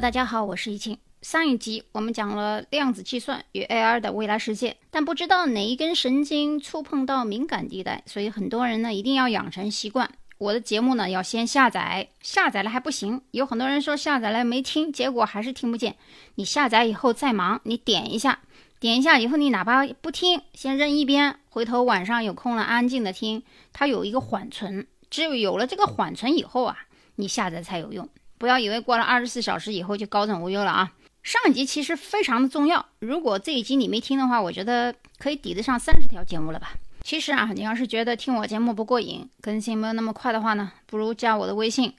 大家好，我是易清。上一集我们讲了量子计算与 AR 的未来世界，但不知道哪一根神经触碰到敏感地带，所以很多人呢一定要养成习惯。我的节目呢要先下载，下载了还不行，有很多人说下载了没听，结果还是听不见。你下载以后再忙，你点一下以后，你哪怕不听，先扔一边，回头晚上有空了安静的听，它有一个缓存，只有有了这个缓存以后啊，你下载才有用。不要以为过了24小时以后就高枕无忧了啊！上一集其实非常的重要，如果这一集你没听的话，我觉得可以抵得上30条节目了吧。其实啊，你要是觉得听我节目不过瘾，更新没有那么快的话呢，不如加我的微信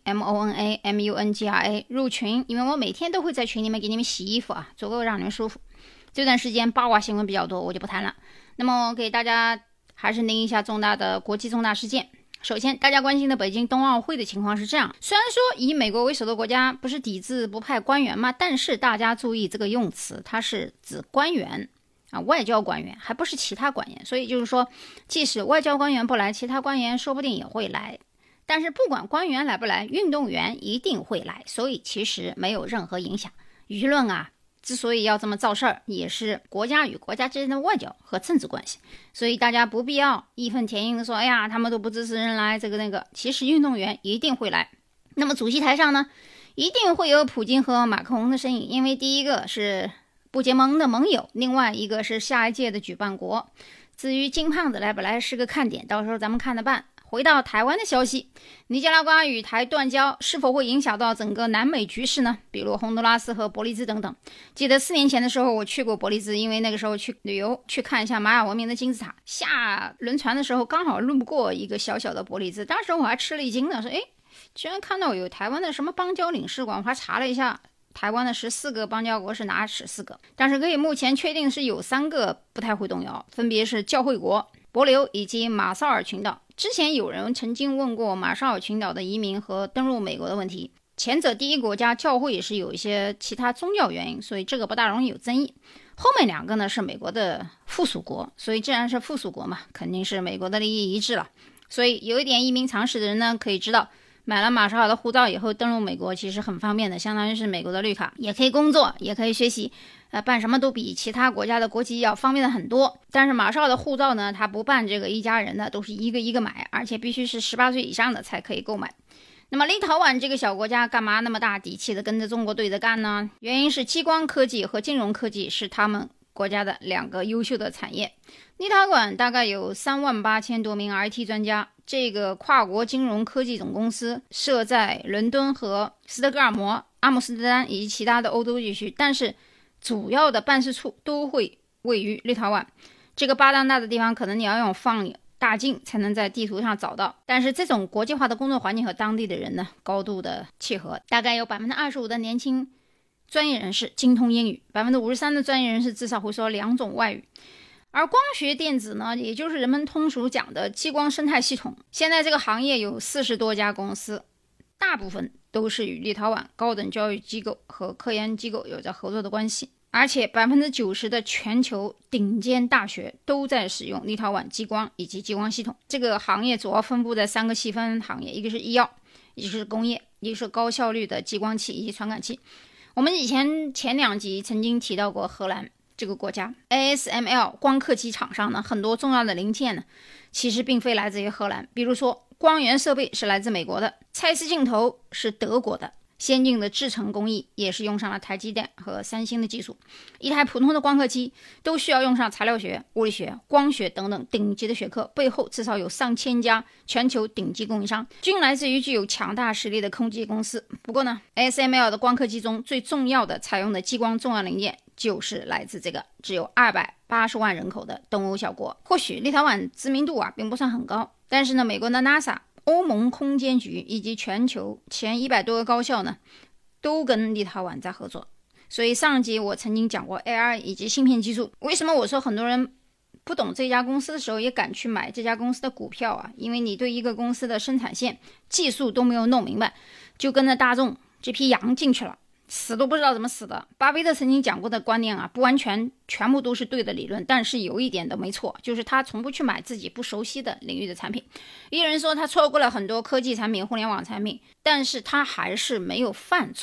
MONAMUNGRA 入群，因为我每天都会在群里面给你们洗衣服啊，足够让你们舒服。这段时间八卦新闻比较多，我就不谈了。那么给大家还是拎一下国际重大事件。首先，大家关心的北京冬奥会的情况是这样，虽然说以美国为首的国家不是抵制不派官员嘛，但是大家注意这个用词，它是指官员啊，外交官员，还不是其他官员。所以就是说，即使外交官员不来，其他官员说不定也会来。但是不管官员来不来，运动员一定会来，所以其实没有任何影响。舆论啊，之所以要这么造事儿，也是国家与国家之间的外交和政治关系，所以大家不必要义愤填膺的说，哎呀，他们都不支持人来这个那个。其实运动员一定会来。那么主席台上呢，一定会有普京和马克龙的身影，因为第一个是不结盟的盟友，另外一个是下一届的举办国。至于金胖子来不来是个看点，到时候咱们看着办。回到台湾的消息，尼加拉瓜与台断交是否会影响到整个南美局势呢？比如洪都拉斯和伯利兹等等。记得4年前的时候我去过伯利兹，因为那个时候去旅游，去看一下玛雅文明的金字塔。下轮船的时候刚好路过一个小小的伯利兹，当时我还吃了一惊呢，说居然看到有台湾的什么邦交领事馆，我还查了一下，台湾的14个邦交国是哪14个，但是可以目前确定是有3个不太会动摇，分别是教会国、帛琉以及马绍尔群岛。之前有人曾经问过马绍尔群岛的移民和登陆美国的问题，前者第一国家教会也是有一些其他宗教原因，所以这个不大容易有争议。后面2个呢是美国的附属国，所以既然是附属国嘛，肯定是美国的利益一致了。所以有一点移民常识的人呢，可以知道买了马绍尔的护照以后登陆美国其实很方便的，相当于是美国的绿卡，也可以工作，也可以学习，办什么都比其他国家的国籍要方便的很多。但是马绍尔的护照呢，他不办这个一家人的，都是一个一个买，而且必须是18岁以上的才可以购买。那么立陶宛这个小国家干嘛那么大底气的跟着中国对着干呢？原因是激光科技和金融科技是他们国家的2个优秀的产业。立陶宛大概有38000多名 IT 专家，这个跨国金融科技总公司设在伦敦和斯德哥尔摩、阿姆斯特丹以及其他的欧洲地区，但是主要的办事处都会位于立陶宛。这个巴当大的地方可能你要用放大镜才能在地图上找到，但是这种国际化的工作环境和当地的人呢高度的契合，大概有 25% 的年轻专业人士精通英语， 53% 的专业人士至少会说2种外语。而光学电子呢，也就是人们通俗讲的激光生态系统，现在这个行业有40多家公司，大部分都是与立陶宛高等教育机构和科研机构有着合作的关系，而且 90% 的全球顶尖大学都在使用立陶宛激光以及激光系统。这个行业主要分布在3个细分行业，一个是医药，一个是工业，一个是高效率的激光器以及传感器。我们以前前2集曾经提到过荷兰这个国家， ASML 光刻机厂商呢，很多重要的零件呢其实并非来自于荷兰，比如说光源设备是来自美国的，蔡司镜头是德国的，先进的制程工艺也是用上了台积电和三星的技术。一台普通的光刻机都需要用上材料学、物理学、光学等等顶级的学科，背后至少有上千家全球顶级供应商，均来自于具有强大实力的科技公司。不过呢， ASML 的光刻机中最重要的采用的激光重要零件就是来自这个只有280万人口的东欧小国。或许立陶宛知名度并不算很高，但是呢，美国的 NASA、 欧盟空间局以及全球前100多个高校呢，都跟立陶宛在合作。所以上集我曾经讲过 AR 以及芯片技术，为什么我说很多人不懂这家公司的时候也敢去买这家公司的股票因为你对一个公司的生产线技术都没有弄明白，就跟着大众这批羊进去了，死都不知道怎么死的。巴菲特曾经讲过的观念不完全全部都是对的理论，但是有一点都没错，就是他从不去买自己不熟悉的领域的产品。有人说他错过了很多科技产品、互联网产品，但是他还是没有犯错。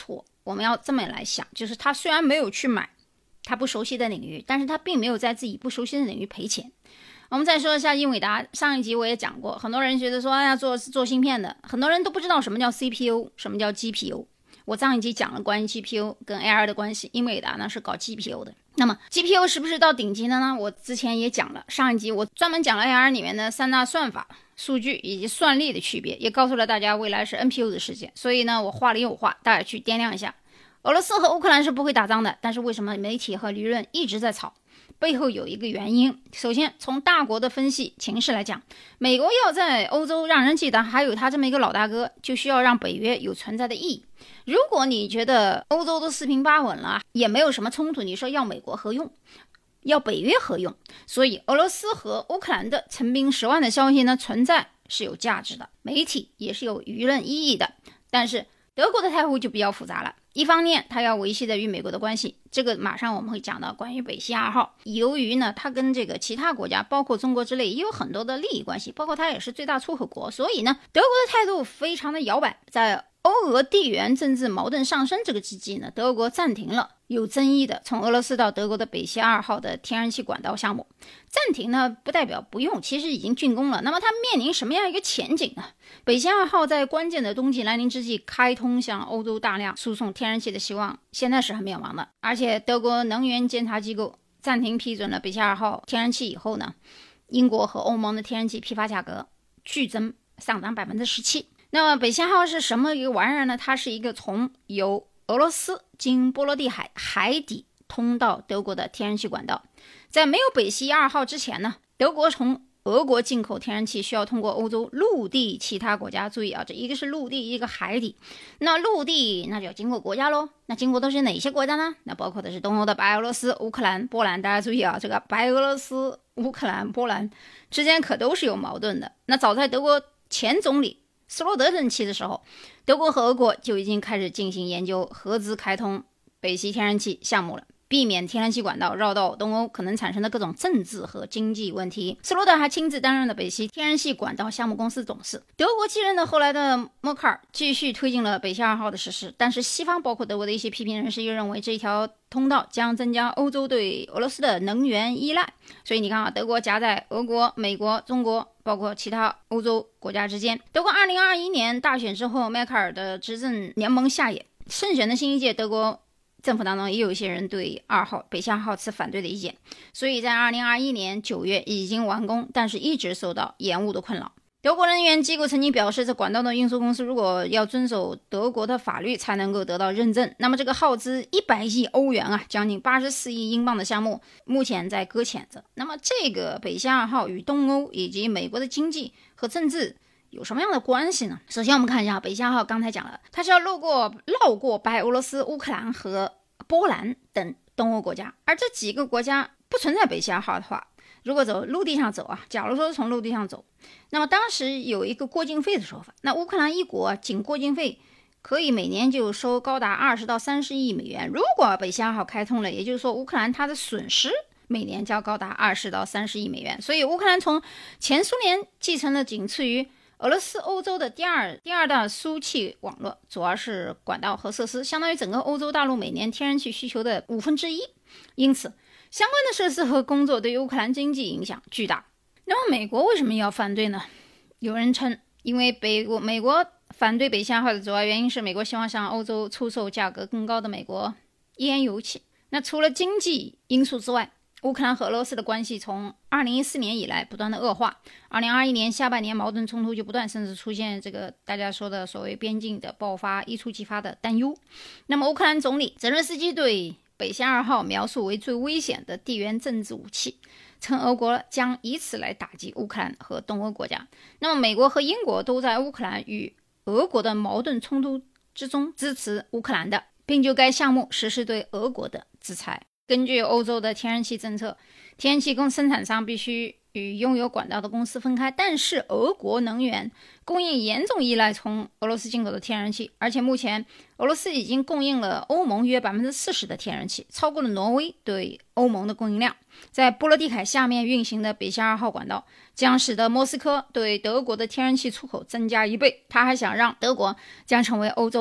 我们要这么来想，就是他虽然没有去买他不熟悉的领域，但是他并没有在自己不熟悉的领域赔钱。我们再说一下英伟达，上一集我也讲过，很多人觉得说，哎呀，做芯片的，很多人都不知道什么叫 CPU， 什么叫 GPU。我上一集讲了关于 GPU 跟 AR 的关系，英伟达呢是搞 GPU 的。那么 GPU 是不是到顶级的呢？我之前也讲了，上一集我专门讲了 AR 里面的3大算法、数据以及算力的区别，也告诉了大家未来是 NPU 的世界。所以呢，我话里有话，大家去掂量一下。俄罗斯和乌克兰是不会打仗的，但是为什么媒体和舆论一直在吵？背后有一个原因。首先从大国的分析情势来讲，美国要在欧洲让人记得还有他这么一个老大哥，就需要让北约有存在的意义。如果你觉得欧洲都四平八稳了，也没有什么冲突，你说要美国何用？要北约何用？所以俄罗斯和乌克兰的陈兵10万的消息呢，存在是有价值的，媒体也是有舆论意义的。但是德国的态度就比较复杂了，一方面他要维系的与美国的关系，这个马上我们会讲到关于北溪2号，由于呢他跟这个其他国家包括中国之类也有很多的利益关系，包括他也是最大出口国，所以呢德国的态度非常的摇摆。在欧俄地缘政治矛盾上升这个之际呢，德国暂停了有争议的从俄罗斯到德国的北溪2号的天然气管道项目。暂停呢不代表不用，其实已经竣工了。那么它面临什么样一个前景呢？北溪2号在关键的冬季来临之际开通向欧洲大量输送天然气的希望现在是很渺茫的。而且德国能源监察机构暂停批准了北溪2号天然气以后呢，英国和欧盟的天然气批发价格剧增上涨 17%。那么北溪2号是什么一个玩意儿呢？它是一个从由俄罗斯经波罗的海海底通到德国的天然气管道。在没有北溪2号之前呢，德国从俄国进口天然气需要通过欧洲陆地其他国家。注意啊，这一个是陆地，一个海底。那陆地那就要经过国家咯，那经过都是哪些国家呢？那包括的是东欧的白俄罗斯、乌克兰、波兰。大家注意啊，这个白俄罗斯、乌克兰、波兰之间可都是有矛盾的。那早在德国前总理斯洛德任期的时候，德国和俄国就已经开始进行研究合资开通北溪天然气项目了，避免天然气管道绕到东欧可能产生的各种政治和经济问题。斯洛德还亲自担任了北溪天然气管道项目公司董事。德国继任的后来的默克尔继续推进了北溪2号的实施，但是西方包括德国的一些批评人士又认为这条通道将增加欧洲对俄罗斯的能源依赖。所以你看啊，德国夹在俄国、美国、中国包括其他欧洲国家之间。德国2021年大选之后，迈克尔的执政联盟下野，胜选的新一届德国政府当中也有一些人对北溪2号持反对的意见，所以在2021年9月已经完工，但是一直受到延误的困扰。德国能源机构曾经表示，这管道的运输公司如果要遵守德国的法律才能够得到认证，那么这个耗资100亿欧元啊，将近84亿英镑的项目目前在搁浅着。那么这个北溪2号与东欧以及美国的经济和政治有什么样的关系呢？首先我们看一下北溪2号，刚才讲了，它是要绕过白俄罗斯、乌克兰和波兰等东欧国家，而这几个国家不存在北溪2号的话，如果走陆地上走啊，假如说从陆地上走，那么当时有一个过境费的说法，那乌克兰一国仅过境费可以每年就收高达20到30亿美元。如果北溪2号开通了，也就是说乌克兰它的损失每年就要高达20到30亿美元。所以乌克兰从前苏联继承了仅次于俄罗斯欧洲的第二大输气网络，主要是管道和设施，相当于整个欧洲大陆每年天然气需求的1/5。因此相关的设施和工作对于乌克兰经济影响巨大。那么美国为什么要反对呢？有人称，因为美国反对北溪2号的主要原因是美国希望向欧洲出售价格更高的美国页岩油气。那除了经济因素之外，乌克兰和俄罗斯的关系从2014年以来不断的恶化，2021年下半年矛盾冲突就不断，甚至出现这个大家说的所谓边境的爆发，一触即发的担忧。那么乌克兰总理泽连斯基对北溪2号描述为最危险的地缘政治武器，称俄国将以此来打击乌克兰和东欧国家。那么美国和英国都在乌克兰与俄国的矛盾冲突之中支持乌克兰的，并就该项目实施对俄国的制裁。根据欧洲的天然气政策，天然气生产商必须与拥有管道的公司分开，但是俄国能源供应严重依赖从俄罗斯进口的天然气，而且目前俄罗斯已经供应了欧盟约 40% 的天然气，超过了挪威对欧盟的供应量。在波罗的海下面运行的北溪2号管道将使得莫斯科对德国的天然气出口增加1倍。他还想让德国将成为欧洲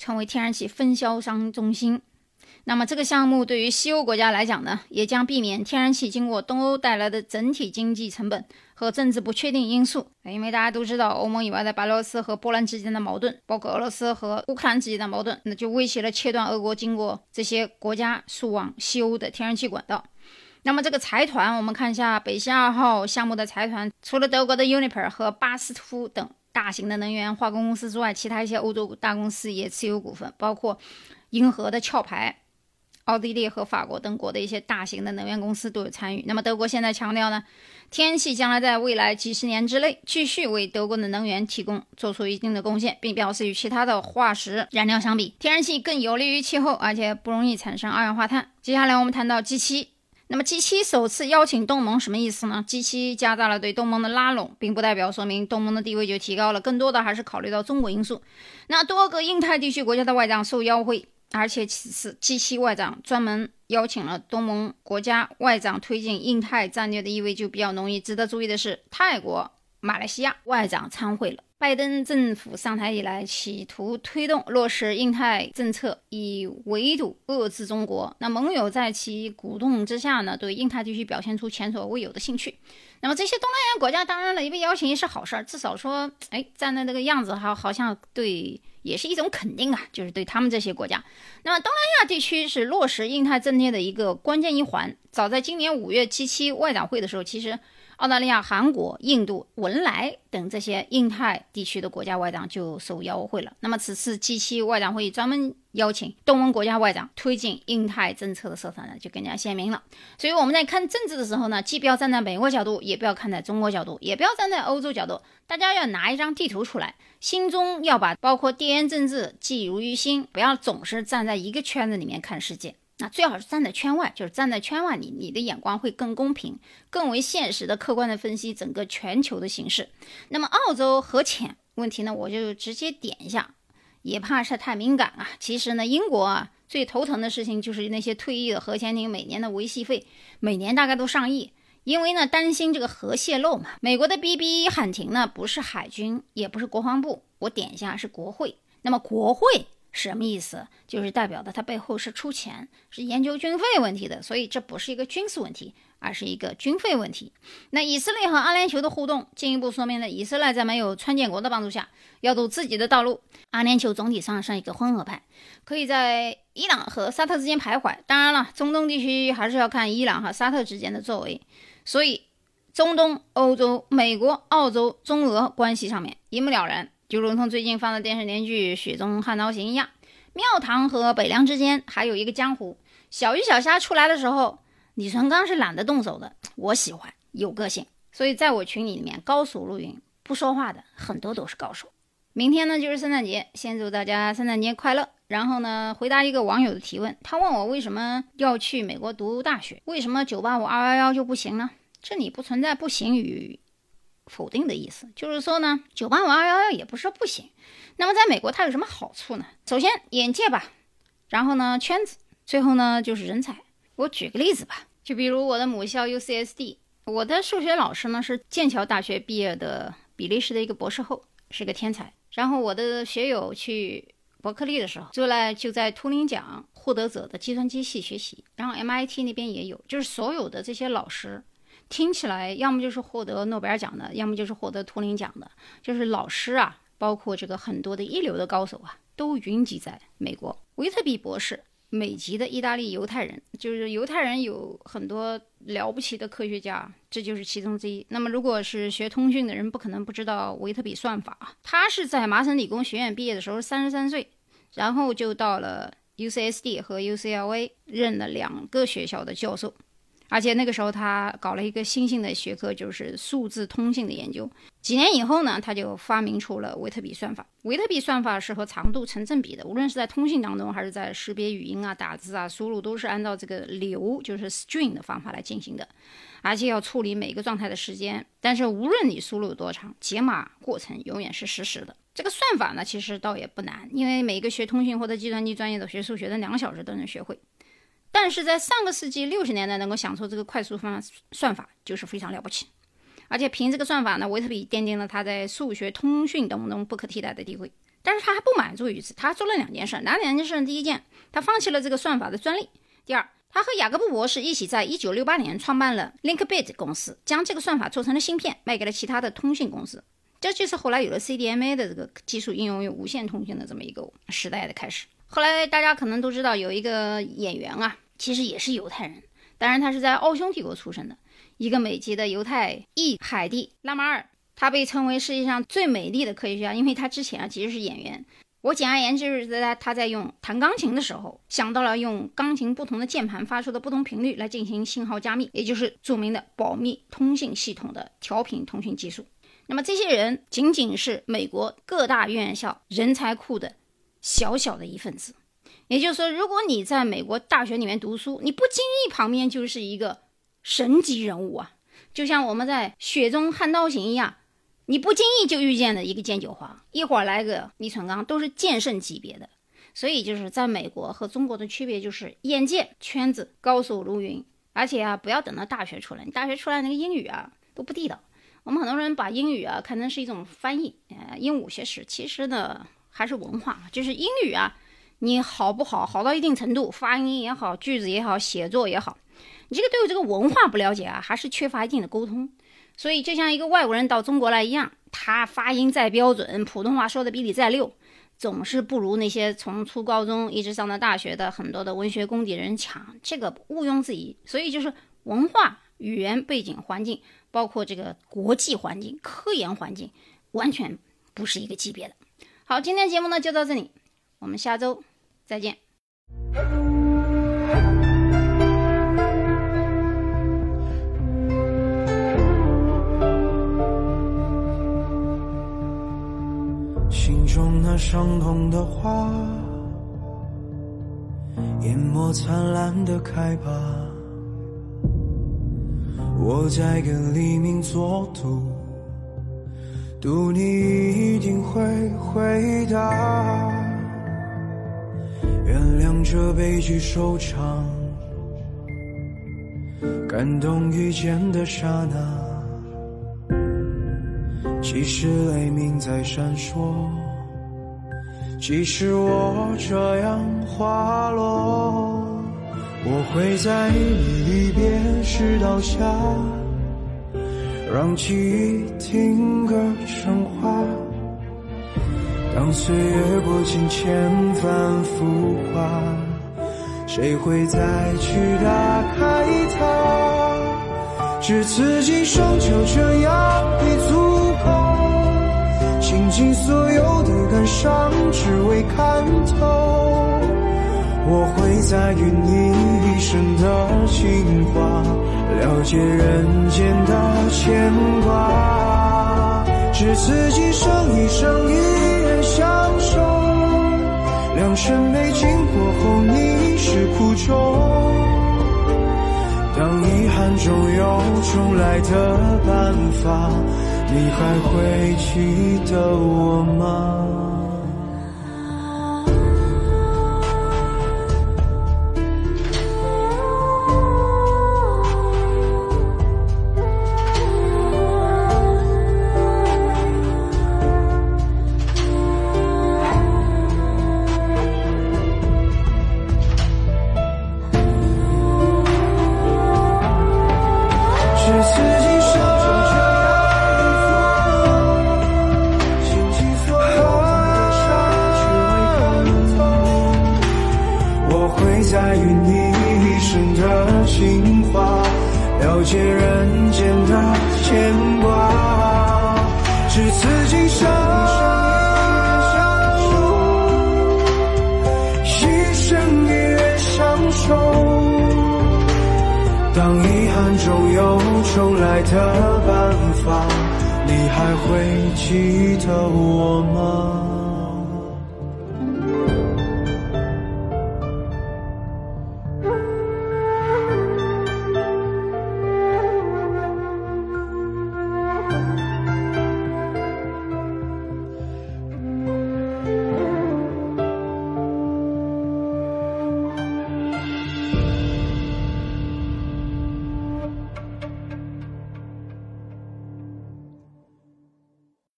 成为天然气分销商中心。那么这个项目对于西欧国家来讲呢，也将避免天然气经过东欧带来的整体经济成本和政治不确定因素。因为大家都知道，欧盟以外的白俄罗斯和波兰之间的矛盾，包括俄罗斯和乌克兰之间的矛盾，那就威胁了切断俄国经过这些国家输往西欧的天然气管道。那么这个财团，我们看一下北溪2号项目的财团，除了德国的 Uniper 和巴斯夫等大型的能源化工公司之外，其他一些欧洲大公司也持有股份，包括银河的壳牌、奥地利和法国等国的一些大型的能源公司都有参与。那么德国现在强调呢，天然气将来在未来几十年之内继续为德国的能源提供做出一定的贡献，并表示与其他的化石燃料相比，天然气更有利于气候，而且不容易产生二氧化碳。接下来我们谈到 G7。那么 G7 首次邀请东盟什么意思呢？ G7 加大了对东盟的拉拢，并不代表说明东盟的地位就提高了，更多的还是考虑到中国因素。那多个印太地区国家的外长受邀会，而且其次 G7 外长专门邀请了东盟国家外长，推进印太战略的意味就比较浓郁。值得注意的是，泰国、马来西亚外长参会了。拜登政府上台以来，企图推动落实印太政策，以围堵遏制中国。那盟友在其鼓动之下呢，对印太地区表现出前所未有的兴趣。那么这些东南亚国家当然了，被邀请也是好事，至少说站在这个样子好像对，也是一种肯定啊，就是对他们这些国家。那么东南亚地区是落实印太战略的一个关键一环。早在今年5月 G7 外长会的时候，其实澳大利亚、韩国、印度、文莱等这些印太地区的国家外长就受邀会了。那么此次 G7 外长会议专门邀请东盟国家外长推进印太政策的色彩呢，就更加鲜明了。所以我们在看政治的时候呢，既不要站在美国角度，也不要看在中国角度，也不要站在欧洲角度，大家要拿一张地图出来，心中要把包括地缘政治记入于心，不要总是站在一个圈子里面看世界。那最好是站在圈外，就是站在圈外，你的眼光会更公平，更为现实的客观的分析整个全球的形势。那么澳洲核潜问题呢，我就直接点一下，也怕是太敏感啊。其实呢，英国啊最头疼的事情就是那些退役的核潜艇每年的维系费，每年大概都上亿。因为呢担心这个核泄漏嘛。美国的 BB 喊停呢不是海军，也不是国防部，我点一下是国会。那么国会什么意思？就是代表的它背后是出钱，是研究军费问题的，所以这不是一个军事问题，而是一个军费问题。那以色列和阿联酋的互动进一步说明了以色列在没有川建国的帮助下要走自己的道路。阿联酋总体上是一个混合派，可以在伊朗和沙特之间徘徊。当然了，中东地区还是要看伊朗和沙特之间的作为。所以中东、欧洲、美国、澳洲、中俄关系上面一目了然，就如同最近放的电视连续剧《雪中悍刀行》一样。庙堂和北凉之间还有一个江湖，小鱼小虾出来的时候，李纯刚是懒得动手的，我喜欢有个性。所以在我群里面高手如云，不说话的很多都是高手。明天呢就是圣诞节，先祝大家圣诞节快乐。然后呢，回答一个网友的提问，他问我为什么要去美国读大学，为什么985、211就不行呢？这里不存在不行与否定的意思，就是说呢，985、211也不是不行。那么在美国它有什么好处呢？首先眼界吧，然后呢圈子，最后呢就是人才。我举个例子吧，就比如我的母校 UCSD， 我的数学老师呢是剑桥大学毕业的比利时的一个博士后，是个天才。然后我的学友去伯克利的时候，就在图灵奖获得者的计算机系学习，然后 MIT 那边也有，就是所有的这些老师听起来要么就是获得诺贝尔奖的，要么就是获得图灵奖的，就是老师啊，包括这个很多的一流的高手啊，都云集在美国。维特比博士，美籍的意大利犹太人，就是犹太人有很多了不起的科学家，这就是其中之一。那么如果是学通讯的人，不可能不知道维特比算法。他是在麻省理工学院毕业的时候33岁，然后就到了 UCSD 和 UCLA 任了2个学校的教授。而且那个时候他搞了一个新兴的学科，就是数字通信的研究。几年以后呢，他就发明出了维特比算法。维特比算法是和长度成正比的，无论是在通信当中还是在识别语音啊、打字啊、输入，都是按照这个流，就是 string 的方法来进行的，而且要处理每个状态的时间。但是无论你输入多长，解码过程永远是实时的。这个算法呢，其实倒也不难，因为每个学通讯或者计算机专业的学数学的2小时都能学会。但是在上个世纪60年代能够想出这个快速算法就是非常了不起，而且凭这个算法呢，维特比奠定了他在数学通讯当中不可替代的地位。 但是他还不满足于此，他做了2件事。哪2件事？第一件，他放弃了这个算法的专利。第二，他和雅各布博士一起在1968年创办了 Linkbit 公司，将这个算法做成了芯片，卖给了其他的通信公司。这就是后来有了 CDMA 的这个技术应用于无线通讯的这么一个时代的开始。后来大家可能都知道有一个演员啊，其实也是犹太人，当然他是在奥匈帝国出生的，一个美籍的犹太裔海蒂拉马尔。他被称为世界上最美丽的科学家，因为他之前其实是演员。我简而言之就是他在弹钢琴的时候，想到了用钢琴不同的键盘发出的不同频率来进行信号加密，也就是著名的保密通信系统的调频通讯技术。那么这些人仅仅是美国各大院校人才库的小小的一份子。也就是说，如果你在美国大学里面读书，你不经意旁边就是一个神级人物啊，就像我们在雪中悍刀行一样，你不经意就遇见了一个剑九华，一会儿来个李存刚，都是剑圣级别的。所以就是在美国和中国的区别就是眼界圈子高手如云，而且啊，不要等到大学出来，你大学出来那个英语啊都不地道。我们很多人把英语啊看成是一种翻译，鹦鹉学舌，其实呢还是文化，就是英语啊，你好不好，好到一定程度，发音也好，句子也好，写作也好，你这个对于这个文化不了解啊，还是缺乏一定的沟通。所以就像一个外国人到中国来一样，他发音再标准，普通话说的比你再溜，总是不如那些从初高中一直上到大学的很多的文学功底的人强，这个毋庸置疑。所以就是文化、语言背景环境，包括这个国际环境、科研环境，完全不是一个级别的。好，今天节目呢就到这里，我们下周再见。 心中那伤痛的花，淹没灿烂的开吧。我在跟黎明作赌，赌你一定会回答。原谅这悲剧收场，感动遇见的刹那。即使雷鸣在闪烁，即使我这样滑落，我会在你离别时倒下，让记忆听歌升华。当岁月过境千帆浮华，谁会再去打开它？只此今生就这样已足够，倾尽所有的感伤，只为看透。我会在与你一生的情话，了解人间的牵挂。只此今生一生一人相守，良辰美景过后你是苦衷。当遗憾中有重来的办法，你还会记得我吗？在与你一生的情话，了解人间的牵挂。只此今生一生一人相守。当遗憾中有重来的办法，你还会记得我吗？